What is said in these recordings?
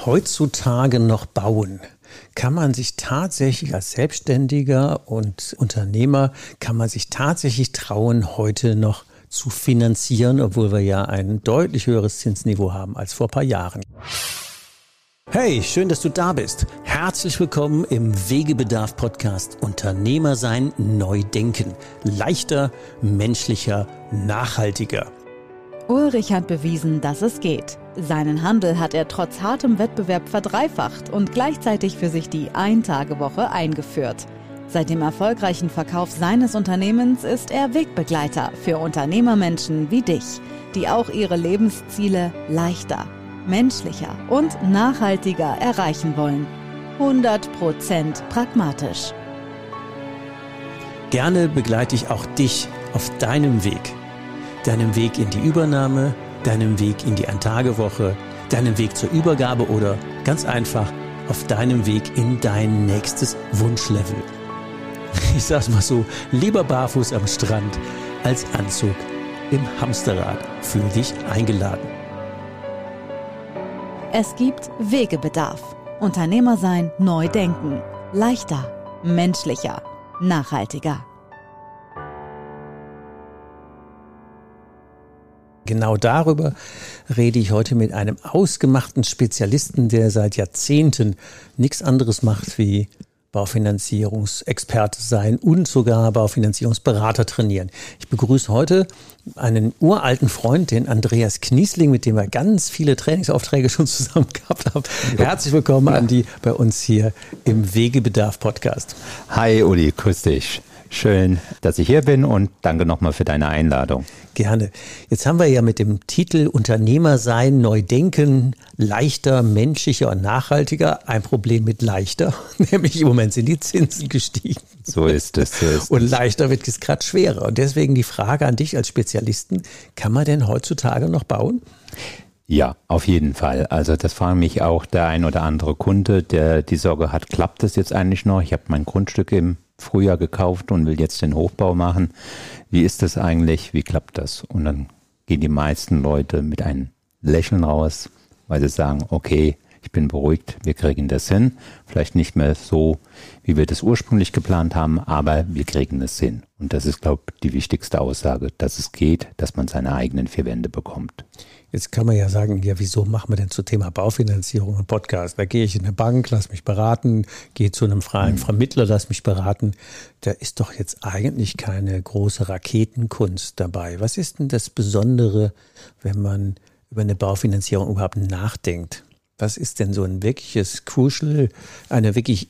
heutzutage noch bauen? Kann man sich tatsächlich als Selbstständiger und Unternehmer, kann man sich tatsächlich trauen, heute noch zu finanzieren, obwohl wir ja ein deutlich höheres Zinsniveau haben als vor ein paar Jahren? Hey, schön, dass du da bist. Herzlich willkommen im Wegebedarf-Podcast Unternehmer sein, neu denken. Leichter, menschlicher, nachhaltiger. Ulrich hat bewiesen, dass es geht. Seinen Handel hat er trotz hartem Wettbewerb verdreifacht und gleichzeitig für sich die Ein-Tage-Woche eingeführt. Seit dem erfolgreichen Verkauf seines Unternehmens ist er Wegbegleiter für Unternehmermenschen wie dich, die auch ihre Lebensziele leichter, menschlicher und nachhaltiger erreichen wollen. 100% pragmatisch. Gerne begleite ich auch dich auf deinem Weg. Deinem Weg in die Übernahme, deinem Weg in die Ein-Tage-Woche, deinem Weg zur Übergabe oder ganz einfach auf deinem Weg in dein nächstes Wunschlevel. Ich sag's mal so, lieber barfuß am Strand als Anzug im Hamsterrad. Fühl dich eingeladen. Es gibt Wegebedarf. Unternehmer sein, neu denken. Leichter, menschlicher, nachhaltiger. Genau darüber rede ich heute mit einem ausgemachten Spezialisten, der seit Jahrzehnten nichts anderes macht wie Baufinanzierungsexperte sein und sogar Baufinanzierungsberater trainieren. Ich begrüße heute einen uralten Freund, den Andreas Kniesling, mit dem wir ganz viele Trainingsaufträge schon zusammen gehabt haben. Herzlich willkommen, Andi, bei uns hier im Wegebedarf-Podcast. Hi Uli, grüß dich. Schön, dass ich hier bin und danke nochmal für deine Einladung. Gerne. Jetzt haben wir ja mit dem Titel Unternehmer sein, neu denken, leichter, menschlicher und nachhaltiger ein Problem mit leichter, nämlich im Moment sind die Zinsen gestiegen. So ist es. Und leichter wird es gerade schwerer. Und deswegen die Frage an dich als Spezialisten, kann man denn heutzutage noch bauen? Ja, auf jeden Fall. Also das fragt mich auch der ein oder andere Kunde, der die Sorge hat, klappt das jetzt eigentlich noch? Ich habe mein Grundstück im Frühjahr gekauft und will jetzt den Hochbau machen. Wie ist das eigentlich? Wie klappt das? Und dann gehen die meisten Leute mit einem Lächeln raus, weil sie sagen, okay, ich bin beruhigt, wir kriegen das hin. Vielleicht nicht mehr so, wie wir das ursprünglich geplant haben, aber wir kriegen das hin. Und das ist, glaube ich, die wichtigste Aussage, dass es geht, dass man seine eigenen vier Wände bekommt. Jetzt kann man ja sagen, ja, wieso machen wir denn zum Thema Baufinanzierung einen Podcast? Da gehe ich in eine Bank, lass mich beraten, gehe zu einem freien Vermittler, lass mich beraten. Da ist doch jetzt eigentlich keine große Raketenkunst dabei. Was ist denn das Besondere, wenn man über eine Baufinanzierung überhaupt nachdenkt? Was ist denn so ein wirkliches Crucial, eine wirklich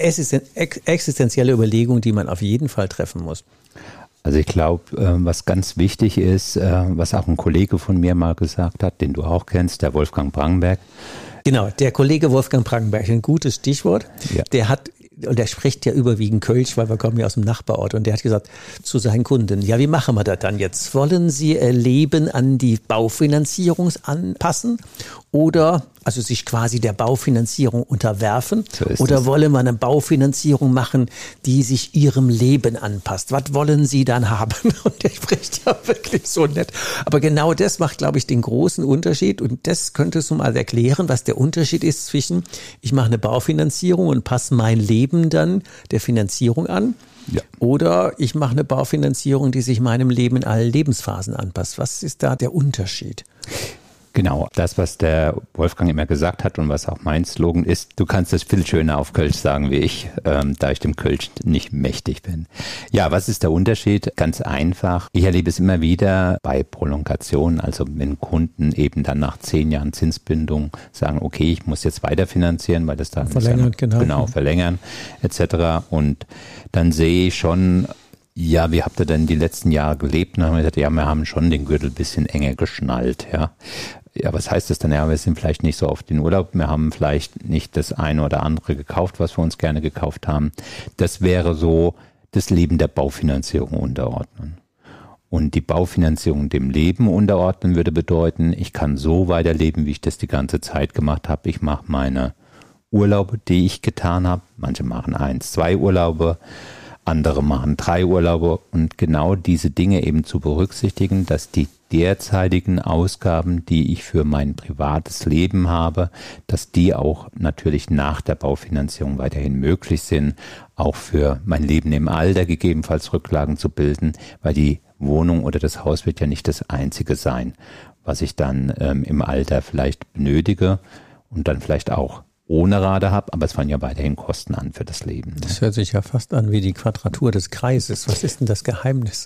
existenzielle Überlegung, die man auf jeden Fall treffen muss? Also ich glaube, was ganz wichtig ist, was auch ein Kollege von mir mal gesagt hat, den du auch kennst, der Wolfgang Prangenberg. Genau, der Kollege Wolfgang Prangenberg, ein gutes Stichwort. Ja. Der spricht ja überwiegend Kölsch, weil wir kommen ja aus dem Nachbarort. Und der hat gesagt zu seinen Kunden, ja, wie machen wir das dann jetzt? Wollen Sie Ihr Leben an die Baufinanzierung anpassen oder also sich quasi der Baufinanzierung unterwerfen? So oder wollen wir eine Baufinanzierung machen, die sich Ihrem Leben anpasst? Was wollen Sie dann haben? Und der spricht ja wirklich so nett. Aber genau das macht, glaube ich, den großen Unterschied. Und das könntest du mal erklären, was der Unterschied ist zwischen, ich mache eine Baufinanzierung und passe mein Leben dann der Finanzierung an. Ja. Oder ich mache eine Baufinanzierung, die sich meinem Leben in allen Lebensphasen anpasst. Was ist da der Unterschied? Genau, das, was der Wolfgang immer gesagt hat und was auch mein Slogan ist, du kannst das viel schöner auf Kölsch sagen wie ich, da ich dem Kölsch nicht mächtig bin. Ja, was ist der Unterschied? Ganz einfach. Ich erlebe es immer wieder bei Prolongation, also wenn Kunden eben dann nach 10 Jahren Zinsbindung sagen, okay, ich muss jetzt weiterfinanzieren, weil das da verlängern, genau, verlängern etc. Und dann sehe ich schon, ja, wie habt ihr denn die letzten Jahre gelebt? Und dann haben wir gesagt, ja, wir haben schon den Gürtel ein bisschen enger geschnallt, ja. Ja, was heißt das dann? Ja, wir sind vielleicht nicht so oft in Urlaub, wir haben vielleicht nicht das eine oder andere gekauft, was wir uns gerne gekauft haben. Das wäre so das Leben der Baufinanzierung unterordnen. Und die Baufinanzierung dem Leben unterordnen würde bedeuten, ich kann so weiterleben, wie ich das die ganze Zeit gemacht habe. Ich mache meine Urlaube, die ich getan habe. Manche machen 1, 2 Urlaube, andere machen 3 Urlaube. Und genau diese Dinge eben zu berücksichtigen, dass die derzeitigen Ausgaben, die ich für mein privates Leben habe, dass die auch natürlich nach der Baufinanzierung weiterhin möglich sind, auch für mein Leben im Alter gegebenenfalls Rücklagen zu bilden, weil die Wohnung oder das Haus wird ja nicht das einzige sein, was ich dann im Alter vielleicht benötige und dann vielleicht auch ohne Rate habe, aber es fallen ja weiterhin Kosten an für das Leben. Das hört sich ja fast an wie die Quadratur des Kreises. Was ist denn das Geheimnis?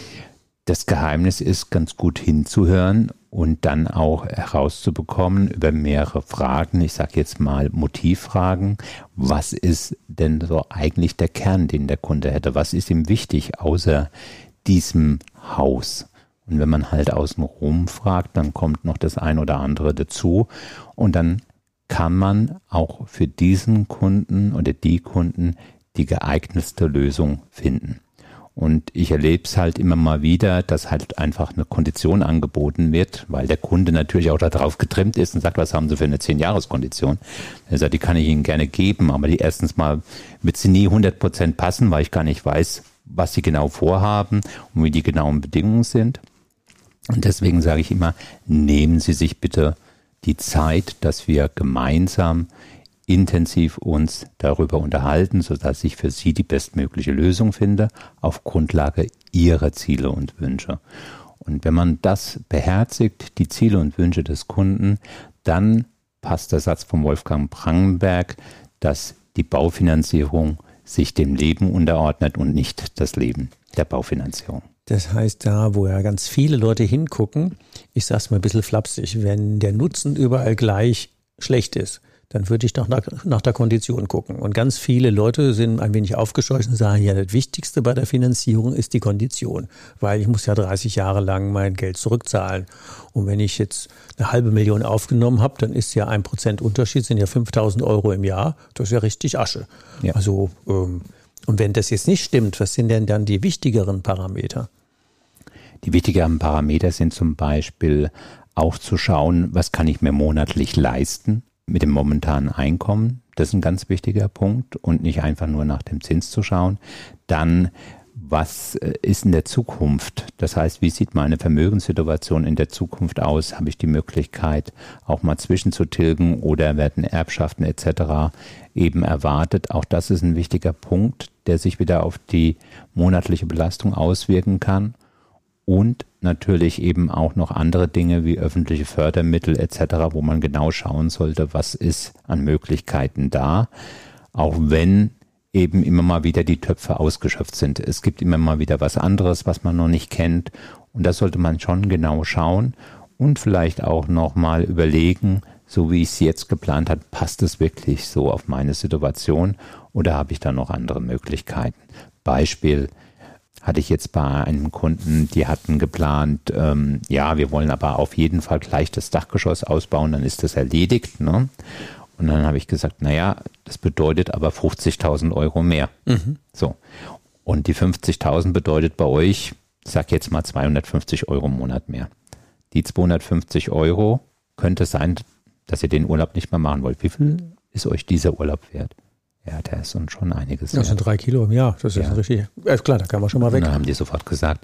Das Geheimnis ist, ganz gut hinzuhören und dann auch herauszubekommen über mehrere Fragen. Ich sage jetzt mal Motivfragen. Was ist denn so eigentlich der Kern, den der Kunde hätte? Was ist ihm wichtig außer diesem Haus? Und wenn man halt außenrum fragt, dann kommt noch das ein oder andere dazu und dann kann man auch für diesen Kunden oder die Kunden die geeignetste Lösung finden. Und ich erlebe es halt immer mal wieder, dass halt einfach eine Kondition angeboten wird, weil der Kunde natürlich auch darauf getrimmt ist und sagt, was haben Sie für eine 10-Jahres-Kondition? Er sagt, die kann ich Ihnen gerne geben, aber die erstens mal wird sie nie 100% passen, weil ich gar nicht weiß, was Sie genau vorhaben und wie die genauen Bedingungen sind. Und deswegen sage ich immer, nehmen Sie sich bitte die Zeit, dass wir gemeinsam intensiv uns darüber unterhalten, sodass ich für Sie die bestmögliche Lösung finde, auf Grundlage Ihrer Ziele und Wünsche. Und wenn man das beherzigt, die Ziele und Wünsche des Kunden, dann passt der Satz von Wolfgang Prangenberg, dass die Baufinanzierung sich dem Leben unterordnet und nicht das Leben der Baufinanzierung. Das heißt, da, wo ja ganz viele Leute hingucken, ich sage es mal ein bisschen flapsig, wenn der Nutzen überall gleich schlecht ist, dann würde ich doch nach der Kondition gucken. Und ganz viele Leute sind ein wenig aufgescheucht und sagen, ja, das Wichtigste bei der Finanzierung ist die Kondition, weil ich muss ja 30 Jahre lang mein Geld zurückzahlen. Und wenn ich jetzt 500.000 aufgenommen habe, dann ist ja 1% Unterschied, sind ja 5.000 Euro im Jahr. Das ist ja richtig Asche. Ja. Also, und wenn das jetzt nicht stimmt, was sind denn dann die wichtigeren Parameter? Die wichtigeren Parameter sind zum Beispiel auch zu schauen, was kann ich mir monatlich leisten mit dem momentanen Einkommen. Das ist ein ganz wichtiger Punkt und nicht einfach nur nach dem Zins zu schauen. Dann, was ist in der Zukunft? Das heißt, wie sieht meine Vermögenssituation in der Zukunft aus? Habe ich die Möglichkeit, auch mal zwischenzutilgen oder werden Erbschaften etc. eben erwartet? Auch das ist ein wichtiger Punkt, der sich wieder auf die monatliche Belastung auswirken kann. Und natürlich eben auch noch andere Dinge wie öffentliche Fördermittel etc., wo man genau schauen sollte, was ist an Möglichkeiten da, auch wenn eben immer mal wieder die Töpfe ausgeschöpft sind. Es gibt immer mal wieder was anderes, was man noch nicht kennt und da sollte man schon genau schauen und vielleicht auch nochmal überlegen, so wie ich es jetzt geplant habe, passt es wirklich so auf meine Situation oder habe ich da noch andere Möglichkeiten? Beispiel hatte ich jetzt bei einem Kunden, die hatten geplant, wir wollen aber auf jeden Fall gleich das Dachgeschoss ausbauen, dann ist das erledigt. Ne? Und dann habe ich gesagt, das bedeutet aber 50.000 Euro mehr. Mhm. So. Und die 50.000 bedeutet bei euch, ich sage jetzt mal 250 Euro im Monat mehr. Die 250 Euro könnte sein, dass ihr den Urlaub nicht mehr machen wollt. Wie viel ist euch dieser Urlaub wert? Ja, der ist uns schon einiges wert. Das sind 3 Kilo im Jahr. Das ist richtig. Klar, da kann man schon mal weg. Und dann haben die sofort gesagt,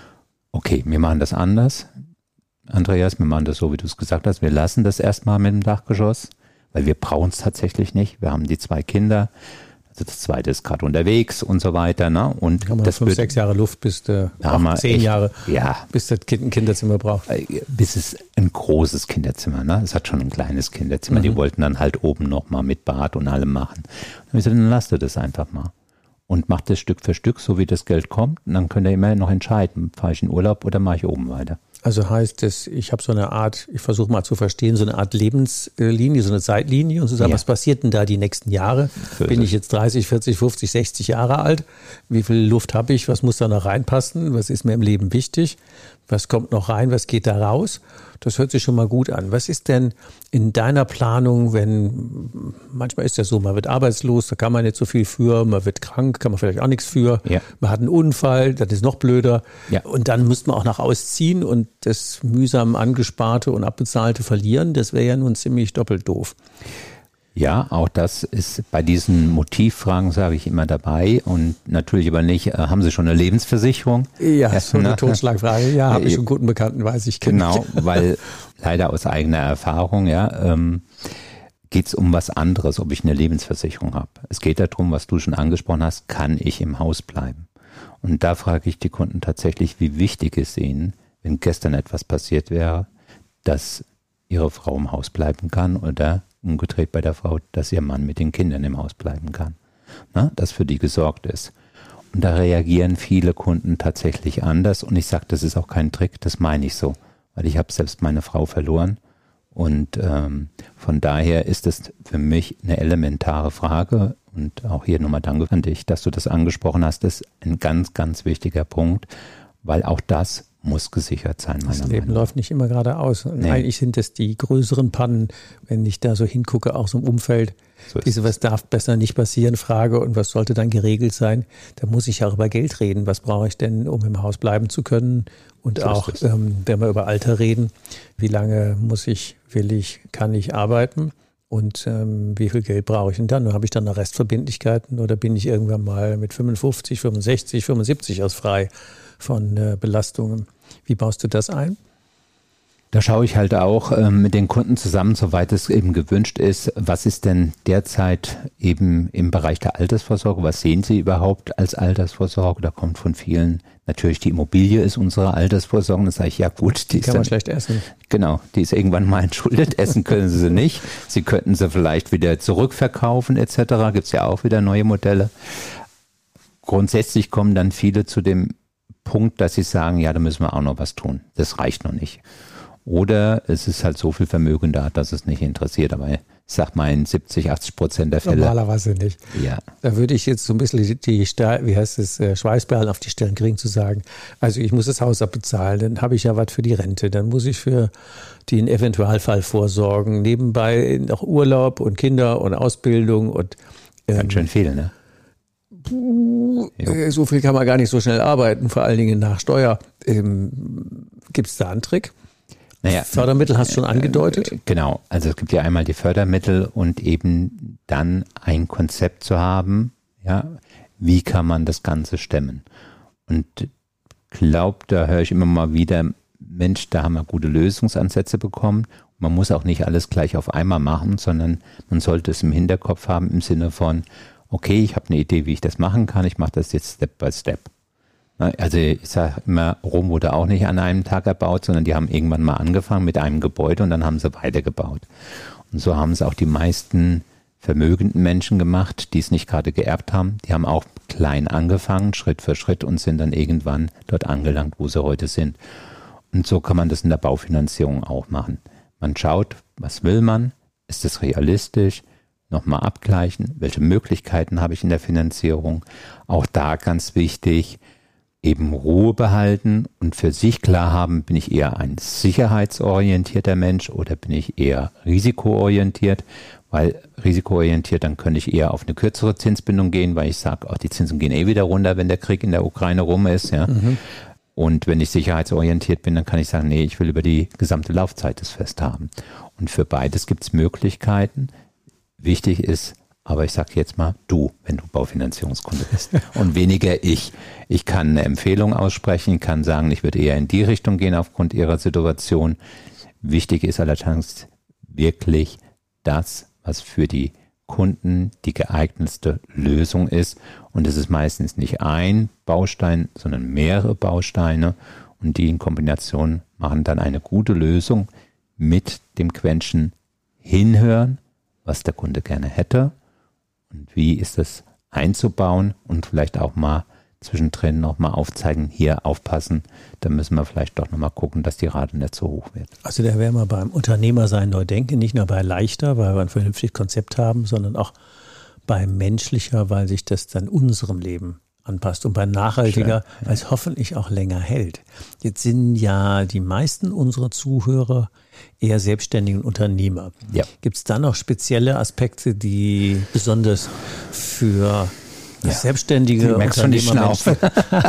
okay, wir machen das anders. Andreas, wir machen das so, wie du es gesagt hast. Wir lassen das erstmal mit dem Dachgeschoss, weil wir brauchen es tatsächlich nicht. Wir haben die 2 Kinder. Also das zweite ist gerade unterwegs und so weiter. Ne? Und haben wir das 5-6 Jahre Luft, bis 10 Jahre, bis das Kind ein Kinderzimmer braucht. Bis es ein großes Kinderzimmer, ne? Es hat schon ein kleines Kinderzimmer. Die wollten dann halt oben nochmal mit Bad und allem machen. Und ich gesagt, dann lasst ihr das einfach mal. Und macht das Stück für Stück, so wie das Geld kommt. Und dann könnt ihr immer noch entscheiden, fahre ich in Urlaub oder mache ich oben weiter. Also heißt es, ich habe so eine Art, ich versuche mal zu verstehen, so eine Art Lebenslinie, so eine Zeitlinie und zu sagen, was passiert denn da die nächsten Jahre? Bin ich jetzt 30, 40, 50, 60 Jahre alt? Wie viel Luft habe ich? Was muss da noch reinpassen? Was ist mir im Leben wichtig? Was kommt noch rein? Was geht da raus? Das hört sich schon mal gut an. Was ist denn in deiner Planung, wenn, manchmal ist ja so, man wird arbeitslos, da kann man nicht so viel für, man wird krank, kann man vielleicht auch nichts für, man hat einen Unfall, das ist noch blöder und dann müsste man auch nach ausziehen und das mühsam angesparte und abbezahlte verlieren, das wäre ja nun ziemlich doppelt doof. Ja, auch das ist bei diesen Motivfragen, sage ich immer dabei. Und natürlich aber nicht, haben Sie schon eine Lebensversicherung? Ja, so eine Totschlagfrage. Ja, habe ich schon guten Bekannten, weiß ich. Genau, weil leider aus eigener Erfahrung, geht es um was anderes, ob ich eine Lebensversicherung habe. Es geht darum, was du schon angesprochen hast, kann ich im Haus bleiben? Und da frage ich die Kunden tatsächlich, wie wichtig es ihnen, wenn gestern etwas passiert wäre, dass ihre Frau im Haus bleiben kann oder umgedreht bei der Frau, dass ihr Mann mit den Kindern im Haus bleiben kann. Dass für die gesorgt ist. Und da reagieren viele Kunden tatsächlich anders. Und ich sage, das ist auch kein Trick, das meine ich so. Weil ich habe selbst meine Frau verloren. Und von daher ist es für mich eine elementare Frage. Und auch hier nochmal danke an dich, dass du das angesprochen hast. Das ist ein ganz, ganz wichtiger Punkt, weil auch das muss gesichert sein. Das Leben läuft nicht immer geradeaus. Nee. Eigentlich sind es die größeren Pannen, wenn ich da so hingucke, auch so im Umfeld. So diese, was darf besser nicht passieren, Frage und was sollte dann geregelt sein. Da muss ich auch über Geld reden. Was brauche ich denn, um im Haus bleiben zu können? Und so auch, wenn wir über Alter reden, wie lange kann ich arbeiten? Und wie viel Geld brauche ich denn dann? Habe ich dann noch Restverbindlichkeiten oder bin ich irgendwann mal mit 55, 65, 75 aus frei von Belastungen? Wie baust du das ein? Da schaue ich halt auch mit den Kunden zusammen, soweit es eben gewünscht ist, was ist denn derzeit eben im Bereich der Altersvorsorge, was sehen Sie überhaupt als Altersvorsorge? Da kommt von vielen natürlich die Immobilie ist unsere Altersvorsorge. Da sage ich, ja gut, die kann man schlecht essen. Genau, die ist irgendwann mal entschuldet, essen können Sie nicht. Sie könnten sie vielleicht wieder zurückverkaufen etc. Gibt es ja auch wieder neue Modelle. Grundsätzlich kommen dann viele zu dem Punkt, dass sie sagen, ja, da müssen wir auch noch was tun. Das reicht noch nicht. Oder es ist halt so viel Vermögen da, dass es nicht interessiert. Aber ich sag mal in 70-80% der Fälle. Normalerweise nicht. Ja. Da würde ich jetzt so ein bisschen Schweißperlen auf die Stirn kriegen zu sagen, also ich muss das Haus abbezahlen, dann habe ich ja was für die Rente, dann muss ich für den Eventualfall vorsorgen, nebenbei noch Urlaub und Kinder und Ausbildung und ganz schön viel, ne? So viel kann man gar nicht so schnell arbeiten, vor allen Dingen nach Steuer. Gibt es da einen Trick? Naja, Fördermittel hast du schon angedeutet? Genau, also es gibt ja einmal die Fördermittel und eben dann ein Konzept zu haben, ja, wie kann man das Ganze stemmen? Und da höre ich immer mal wieder, Mensch, da haben wir gute Lösungsansätze bekommen. Man muss auch nicht alles gleich auf einmal machen, sondern man sollte es im Hinterkopf haben im Sinne von, okay, ich habe eine Idee, wie ich das machen kann, ich mache das jetzt Step by Step. Also ich sage immer, Rom wurde auch nicht an einem Tag erbaut, sondern die haben irgendwann mal angefangen mit einem Gebäude und dann haben sie weitergebaut. Und so haben es auch die meisten vermögenden Menschen gemacht, die es nicht gerade geerbt haben. Die haben auch klein angefangen, Schritt für Schritt und sind dann irgendwann dort angelangt, wo sie heute sind. Und so kann man das in der Baufinanzierung auch machen. Man schaut, was will man? Ist es realistisch? Nochmal abgleichen, welche Möglichkeiten habe ich in der Finanzierung. Auch da ganz wichtig, eben Ruhe behalten und für sich klar haben, bin ich eher ein sicherheitsorientierter Mensch oder bin ich eher risikoorientiert, weil risikoorientiert, dann könnte ich eher auf eine kürzere Zinsbindung gehen, weil ich sage, die Zinsen gehen wieder runter, wenn der Krieg in der Ukraine rum ist. Ja. Mhm. Und wenn ich sicherheitsorientiert bin, dann kann ich sagen, nee, ich will über die gesamte Laufzeit das fest haben. Und für beides gibt es Möglichkeiten. Wichtig ist, aber ich sage jetzt mal, du, wenn du Baufinanzierungskunde bist und weniger ich. Ich kann eine Empfehlung aussprechen, kann sagen, ich würde eher in die Richtung gehen aufgrund ihrer Situation. Wichtig ist allerdings wirklich das, was für die Kunden die geeignetste Lösung ist. Und es ist meistens nicht ein Baustein, sondern mehrere Bausteine. Und die in Kombination machen dann eine gute Lösung mit dem Quäntchen hinhören, was der Kunde gerne hätte und wie ist es einzubauen und vielleicht auch mal zwischendrin noch mal aufzeigen, hier aufpassen, da müssen wir vielleicht doch noch mal gucken, dass die Rate nicht so hoch wird. Also da wären wir beim Unternehmersein neu denken, nicht nur bei leichter, weil wir ein vernünftiges Konzept haben, sondern auch bei menschlicher, weil sich das dann unserem Leben anpasst und bei nachhaltiger, weil es hoffentlich auch länger hält. Jetzt sind ja die meisten unserer Zuhörer eher selbstständige Unternehmer. Ja. Gibt es da noch spezielle Aspekte, die besonders für selbstständige Unternehmer sind?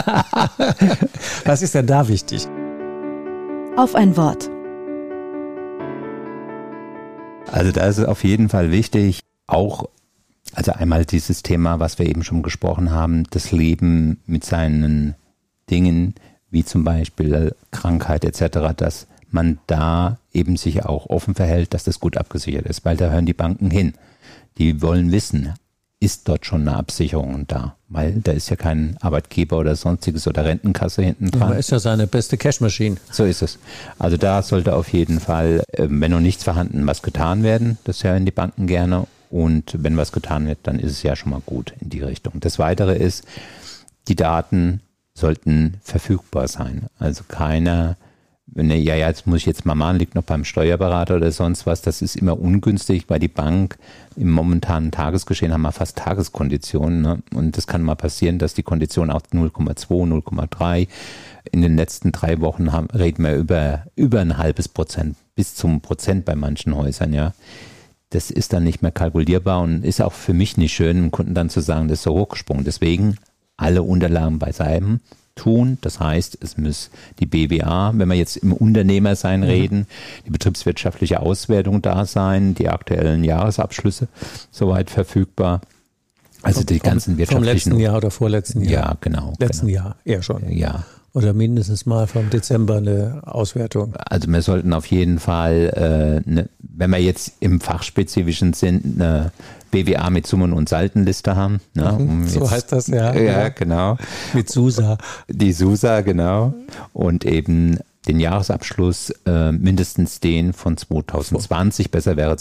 Was ist denn da wichtig? Auf ein Wort. Also da ist es auf jeden Fall wichtig, auch, also einmal dieses Thema, was wir eben schon gesprochen haben, das Leben mit seinen Dingen, wie zum Beispiel Krankheit etc., dass man da eben sich auch offen verhält, dass das gut abgesichert ist, weil da hören die Banken hin. Die wollen wissen, ist dort schon eine Absicherung da? Weil da ist ja kein Arbeitgeber oder sonstiges oder Rentenkasse hinten dran. Ja, ist ja seine beste Cashmaschine. So ist es. Also da sollte auf jeden Fall, wenn noch nichts vorhanden, was getan werden. Das hören die Banken gerne. Und wenn was getan wird, dann ist es ja schon mal gut in die Richtung. Das Weitere ist, die Daten sollten verfügbar sein. Also keiner, jetzt muss ich jetzt mal machen, liegt noch beim Steuerberater oder sonst was. Das ist immer ungünstig, weil die Bank im momentanen Tagesgeschehen haben wir fast Tageskonditionen. Ne? Und das kann mal passieren, dass die Kondition auch 0,2, 0,3. In den letzten 3 Wochen reden wir über 0,5% bis zum Prozent bei manchen Häusern, ja. Das ist dann nicht mehr kalkulierbar und ist auch für mich nicht schön, dem Kunden dann zu sagen, das ist so hochgesprungen. Deswegen alle Unterlagen beisammen tun. Das heißt, es muss die BWA, wenn wir jetzt im Unternehmersein reden, die betriebswirtschaftliche Auswertung da sein, die aktuellen Jahresabschlüsse soweit verfügbar. Also die ganzen wirtschaftlichen. Vom letzten Jahr oder vorletzten Jahr? Ja, genau. Letzten Jahr, eher schon. Ja. Oder mindestens mal vom Dezember eine Auswertung. Also wir sollten auf jeden Fall, wenn wir jetzt im fachspezifischen sind, eine BWA mit Summen- und Saldenliste haben. Ne, so heißt das, ja. Ja, genau. Mit SUSA. Die SUSA, genau. Und eben den Jahresabschluss, mindestens den von 2020, besser wäre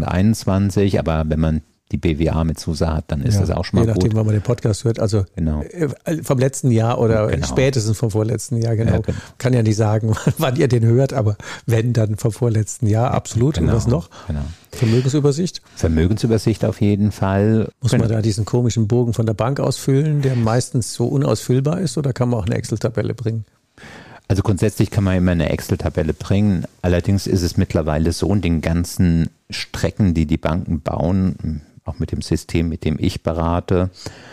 2021, aber wenn man die BWA mit SUSA hat, dann ist das auch schon mal gut. Je nachdem, wann man den Podcast hört, also genau. Vom letzten Jahr oder spätestens vom vorletzten Jahr, genau. Ja, genau. Kann ja nicht sagen, wann ihr den hört, aber wenn, dann vom vorletzten Jahr, absolut. Genau. Und was noch? Genau. Vermögensübersicht? Vermögensübersicht auf jeden Fall. Muss man da diesen komischen Bogen von der Bank ausfüllen, der meistens so unausfüllbar ist, oder kann man auch eine Excel-Tabelle bringen? Also grundsätzlich kann man immer eine Excel-Tabelle bringen. Allerdings ist es mittlerweile so, in den ganzen Strecken, die die Banken bauen, auch mit dem System, mit dem ich berate,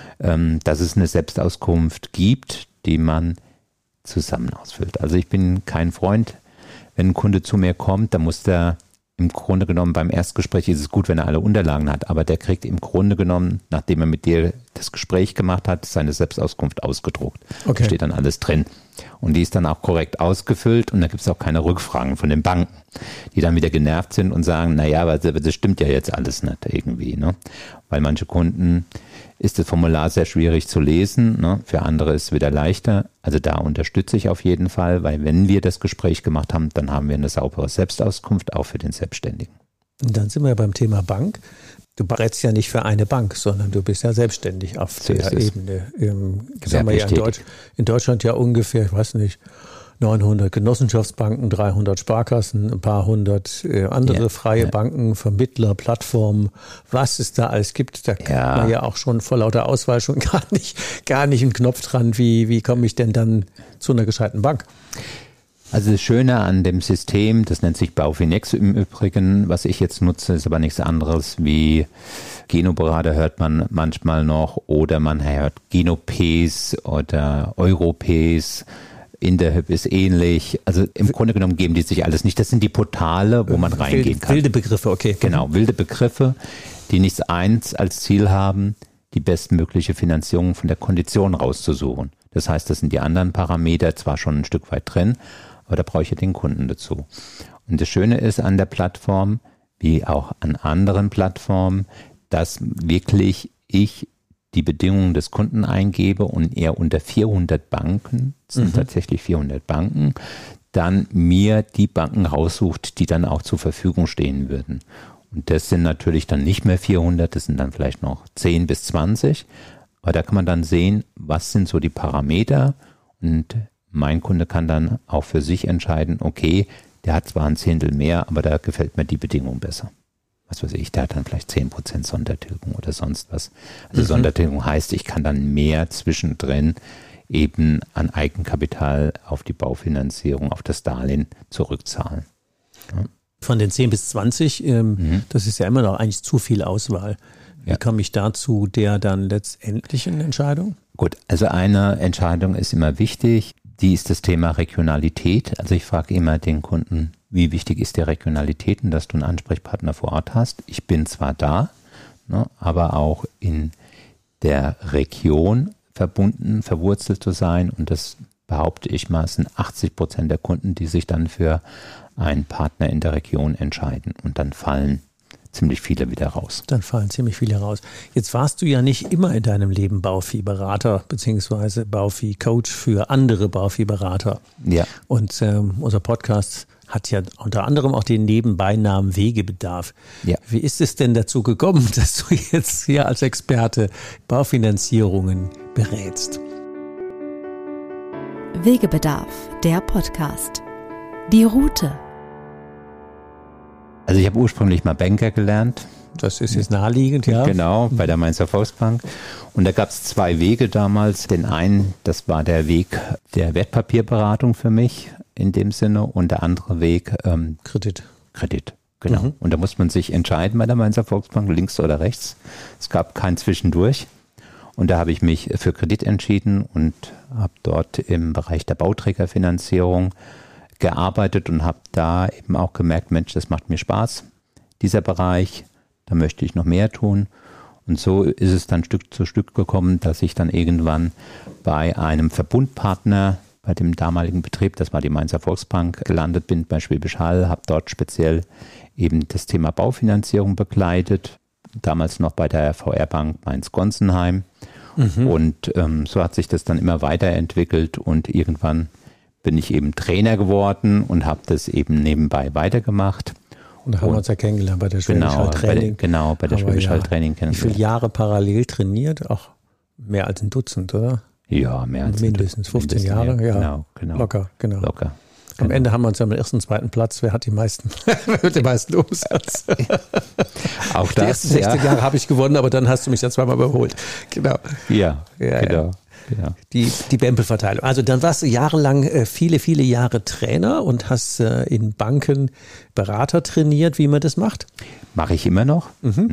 dass es eine Selbstauskunft gibt, die man zusammen ausfüllt. Also ich bin kein Freund, wenn ein Kunde zu mir kommt, dann muss der im Grunde genommen beim Erstgespräch, ist es gut, wenn er alle Unterlagen hat, aber der kriegt im Grunde genommen, nachdem er mit dir das Gespräch gemacht hat, seine Selbstauskunft ausgedruckt. Okay. Da steht dann alles drin. Und die ist dann auch korrekt ausgefüllt und da gibt es auch keine Rückfragen von den Banken, die dann wieder genervt sind und sagen, naja, aber das stimmt ja jetzt alles nicht irgendwie, ne? Weil manche Kunden ist das Formular sehr schwierig zu lesen, ne? Für andere ist es wieder leichter. Also da unterstütze ich auf jeden Fall, weil wenn wir das Gespräch gemacht haben, dann haben wir eine saubere Selbstauskunft, auch für den Selbstständigen. Und dann sind wir beim Thema Bank. Du berätst ja nicht für eine Bank, sondern du bist ja selbstständig auf der Ebene. Sagen wir ja in Deutschland ja ungefähr, ich weiß nicht, 900 Genossenschaftsbanken, 300 Sparkassen, ein paar hundert andere freie Banken, Vermittler, Plattformen, was es da alles gibt. Da kann man ja auch schon vor lauter Auswahl schon gar nicht einen Knopf dran. Wie komme ich denn dann zu einer gescheiten Bank? Also das Schöne an dem System, das nennt sich Baufinex im Übrigen, was ich jetzt nutze, ist aber nichts anderes wie Genoberater hört man manchmal noch oder man hört Genopace oder Europace. Interhyp ist ähnlich. Also im Grunde genommen geben die sich alles nicht. Das sind die Portale, wo man reingehen kann. Wilde Begriffe, okay. Genau, wilde Begriffe, die nichts eins als Ziel haben, die bestmögliche Finanzierung von der Kondition rauszusuchen. Das heißt, das sind die anderen Parameter zwar schon ein Stück weit drin, aber da brauche ich ja den Kunden dazu. Und das Schöne ist an der Plattform, wie auch an anderen Plattformen, dass wirklich ich die Bedingungen des Kunden eingebe und er unter 400 Banken, das sind tatsächlich 400 Banken, dann mir die Banken raussucht, die dann auch zur Verfügung stehen würden. Und das sind natürlich dann nicht mehr 400, das sind dann vielleicht noch 10 bis 20. Aber da kann man dann sehen, was sind so die Parameter und mein Kunde kann dann auch für sich entscheiden, okay, der hat zwar ein Zehntel mehr, aber da gefällt mir die Bedingung besser. Was weiß ich, der hat dann vielleicht 10% Sondertilgung oder sonst was. Also Sondertilgung heißt, ich kann dann mehr zwischendrin eben an Eigenkapital auf die Baufinanzierung, auf das Darlehen zurückzahlen. Ja. Von den 10 bis 20, das ist ja immer noch eigentlich zu viel Auswahl. Wie komme ich dazu der dann letztendlichen Entscheidung? Gut, also eine Entscheidung ist immer wichtig, die ist das Thema Regionalität. Also ich frage immer den Kunden, wie wichtig ist die Regionalität und dass du einen Ansprechpartner vor Ort hast. Ich bin zwar da, ne, aber auch in der Region verwurzelt zu sein. Und das behaupte ich mal, sind 80% der Kunden, die sich dann für einen Partner in der Region entscheiden. Und dann fallen ziemlich viele wieder raus. Dann fallen ziemlich viele raus. Jetzt warst du ja nicht immer in deinem Leben Bauviehberater bzw. Bauvieh-Coach für andere Bauviehberater. Ja. Und unser Podcast hat ja unter anderem auch den Nebenbeinamen Wegebedarf. Ja. Wie ist es denn dazu gekommen, dass du jetzt hier als Experte Baufinanzierungen berätst? Wegebedarf, der Podcast. Die Route. Also ich habe ursprünglich mal Banker gelernt. Das ist jetzt naheliegend, ja. Genau, bei der Mainzer Volksbank. Und da gab es 2 Wege damals. Den einen, das war der Weg der Wertpapierberatung für mich in dem Sinne, und der andere Weg Kredit, genau. Mhm. Und da muss man sich entscheiden bei der Mainzer Volksbank, links oder rechts. Es gab kein Zwischendurch. Und da habe ich mich für Kredit entschieden und habe dort im Bereich der Bauträgerfinanzierung gearbeitet und habe da eben auch gemerkt, Mensch, das macht mir Spaß, dieser Bereich, da möchte ich noch mehr tun. Und so ist es dann Stück zu Stück gekommen, dass ich dann irgendwann bei einem Verbundpartner, bei dem damaligen Betrieb, das war die Mainzer Volksbank, gelandet bin, bei Schwäbisch Hall, habe dort speziell eben das Thema Baufinanzierung begleitet, damals noch bei der VR-Bank Mainz-Gonsenheim. Und so hat sich das dann immer weiterentwickelt und irgendwann bin ich eben Trainer geworden und habe das eben nebenbei weitergemacht. Und da haben wir uns ja kennengelernt bei der Schwäbisch Hall Training. Bei der Schwäbisch Hall Training kennengelernt. Wie viele Jahre parallel trainiert? Auch mehr als ein Dutzend, oder? Ja, mehr als mindestens 15 Jahre. Ja, genau. Locker. Am Genau. Ende haben wir uns ja mit ersten, zweiten Platz. Wer hat den meisten Umsatz? Auch das, die ersten 16 Jahre habe ich gewonnen, aber dann hast du mich ja zweimal überholt. Genau. Ja, genau. Die Bempel-Verteilung. Also dann warst du jahrelang, viele Jahre Trainer und hast in Banken Berater trainiert, wie man das macht? Mache ich immer noch.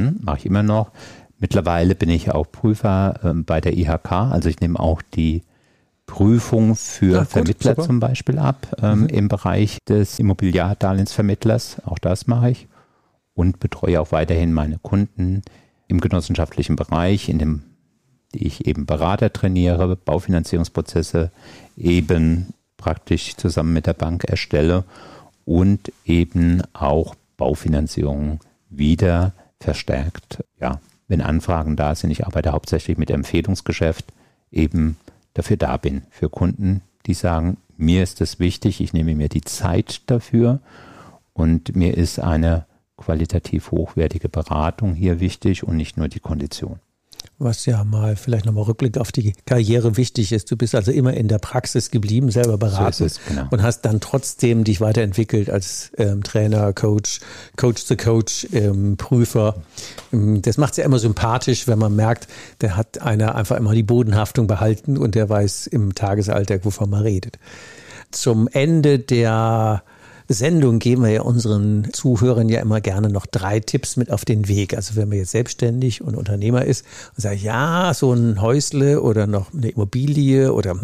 Mittlerweile bin ich auch Prüfer bei der IHK. Also ich nehme auch die Prüfung für Vermittler zum Beispiel ab im Bereich des Immobiliardarlehensvermittlers. Auch das mache ich. Und betreue auch weiterhin meine Kunden im genossenschaftlichen Bereich, in dem die ich eben Berater trainiere, Baufinanzierungsprozesse eben praktisch zusammen mit der Bank erstelle und eben auch Baufinanzierung wieder verstärkt. Ja, wenn Anfragen da sind, ich arbeite hauptsächlich mit Empfehlungsgeschäft, eben dafür da bin, für Kunden, die sagen, mir ist das wichtig, ich nehme mir die Zeit dafür und mir ist eine qualitativ hochwertige Beratung hier wichtig und nicht nur die Kondition. Was ja mal vielleicht nochmal Rückblick auf die Karriere wichtig ist. Du bist also immer in der Praxis geblieben, selber beraten so ist es, genau. Und hast dann trotzdem dich weiterentwickelt als Trainer, Coach, Coach-to-Coach, Prüfer. Das macht es ja immer sympathisch, wenn man merkt, der hat einer einfach immer die Bodenhaftung behalten und der weiß im Tagesalltag, wovon man redet. Zum Ende der Sendung geben wir ja unseren Zuhörern ja immer gerne noch 3 Tipps mit auf den Weg. Also wenn man jetzt selbstständig und Unternehmer ist und sagt, ja, so ein Häusle oder noch eine Immobilie oder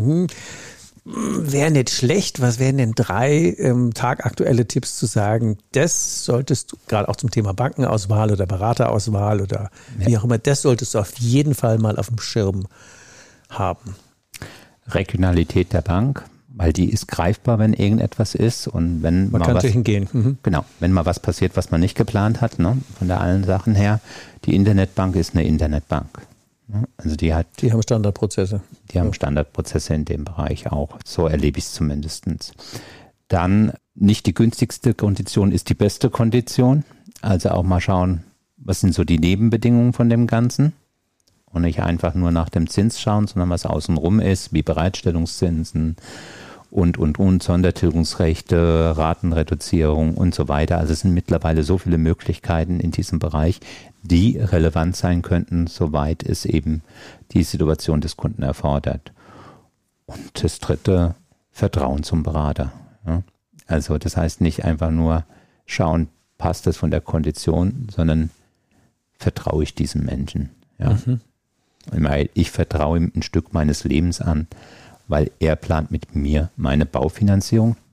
wäre nicht schlecht. Was wären denn 3 tagaktuelle Tipps zu sagen, das solltest du, gerade auch zum Thema Bankenauswahl oder Beraterauswahl oder wie auch immer, das solltest du auf jeden Fall mal auf dem Schirm haben. Regionalität der Bank. Weil die ist greifbar, wenn irgendetwas ist und wenn man kann hingehen. Genau, wenn mal was passiert, was man nicht geplant hat, ne, von der allen Sachen her. Die Internetbank ist eine Internetbank. Ne? Also die haben Standardprozesse. Die haben Standardprozesse in dem Bereich auch. So erlebe ich es zumindest. Dann nicht die günstigste Kondition ist die beste Kondition. Also auch mal schauen, was sind so die Nebenbedingungen von dem Ganzen. Und nicht einfach nur nach dem Zins schauen, sondern was außenrum ist, wie Bereitstellungszinsen und Sondertilgungsrechte, Ratenreduzierung und so weiter. Also es sind mittlerweile so viele Möglichkeiten in diesem Bereich, die relevant sein könnten, soweit es eben die Situation des Kunden erfordert. Und das 3, Vertrauen zum Berater. Ja? Also das heißt nicht einfach nur schauen, passt das von der Kondition, sondern vertraue ich diesem Menschen. Ja? Ich vertraue ihm ein Stück meines Lebens an, weil er plant mit mir meine Baufinanzierung.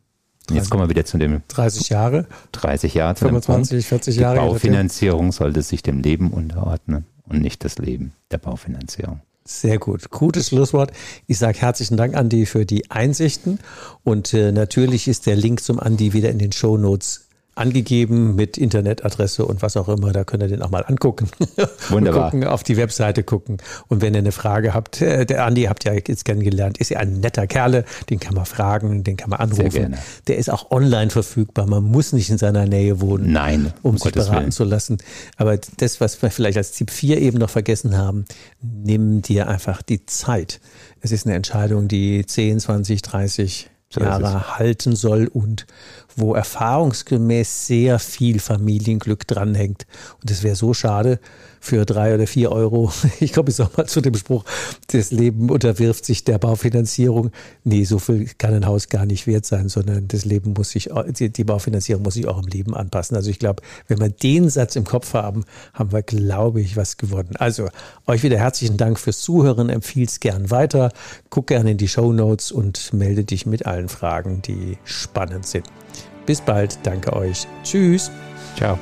Jetzt kommen wir wieder zu dem 30 Jahre. 30 Jahre. 25, 40 Jahre. Die Baufinanzierung sollte sich dem Leben unterordnen und nicht das Leben der Baufinanzierung. Sehr gut. Gutes Schlusswort. Ich sage herzlichen Dank, Andi, für die Einsichten. Und natürlich ist der Link zum Andi wieder in den Shownotes angegeben mit Internetadresse und was auch immer. Da könnt ihr den auch mal angucken. Wunderbar. Und gucken, auf die Webseite gucken. Und wenn ihr eine Frage habt, der Andi habt ihr jetzt kennengelernt, ist ja ein netter Kerle. Den kann man fragen, den kann man anrufen. Sehr gerne. Der ist auch online verfügbar. Man muss nicht in seiner Nähe wohnen, Nein, um sich beraten zu lassen. Aber das, was wir vielleicht als Tipp 4 eben noch vergessen haben, nimm dir einfach die Zeit. Es ist eine Entscheidung, die 10, 20, 30 Jahre halten soll und wo erfahrungsgemäß sehr viel Familienglück dranhängt. Und es wäre so schade für 3 oder 4 Euro. Ich komme jetzt auch mal zu dem Spruch, das Leben unterwirft sich der Baufinanzierung. Nee, so viel kann ein Haus gar nicht wert sein, sondern das Leben muss sich, die Baufinanzierung muss sich auch im Leben anpassen. Also ich glaube, wenn wir den Satz im Kopf haben, haben wir, glaube ich, was gewonnen. Also euch wieder herzlichen Dank fürs Zuhören. Empfiehl's gern weiter. Guck gerne in die Shownotes und melde dich mit allen Fragen, die spannend sind. Bis bald. Danke euch. Tschüss. Ciao.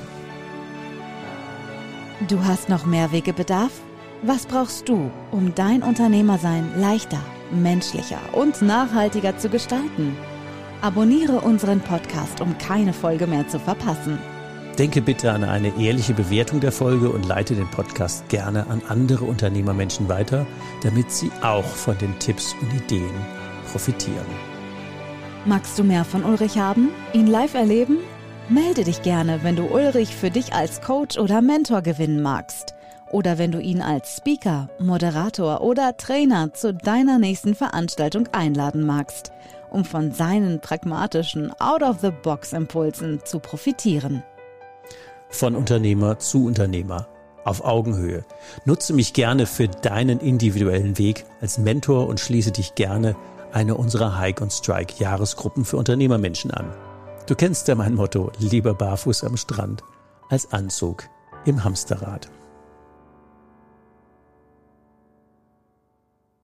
Du hast noch Mehrwegebedarf? Was brauchst du, um dein Unternehmersein leichter, menschlicher und nachhaltiger zu gestalten? Abonniere unseren Podcast, um keine Folge mehr zu verpassen. Denke bitte an eine ehrliche Bewertung der Folge und leite den Podcast gerne an andere Unternehmermenschen weiter, damit sie auch von den Tipps und Ideen profitieren. Magst du mehr von Ulrich haben? Ihn live erleben? Melde dich gerne, wenn du Ulrich für dich als Coach oder Mentor gewinnen magst. Oder wenn du ihn als Speaker, Moderator oder Trainer zu deiner nächsten Veranstaltung einladen magst, um von seinen pragmatischen Out-of-the-Box-Impulsen zu profitieren. Von Unternehmer zu Unternehmer. Auf Augenhöhe. Nutze mich gerne für deinen individuellen Weg als Mentor und schließe dich gerne eine unserer Hike und Strike Jahresgruppen für Unternehmermenschen an. Du kennst ja mein Motto, lieber barfuß am Strand als Anzug im Hamsterrad.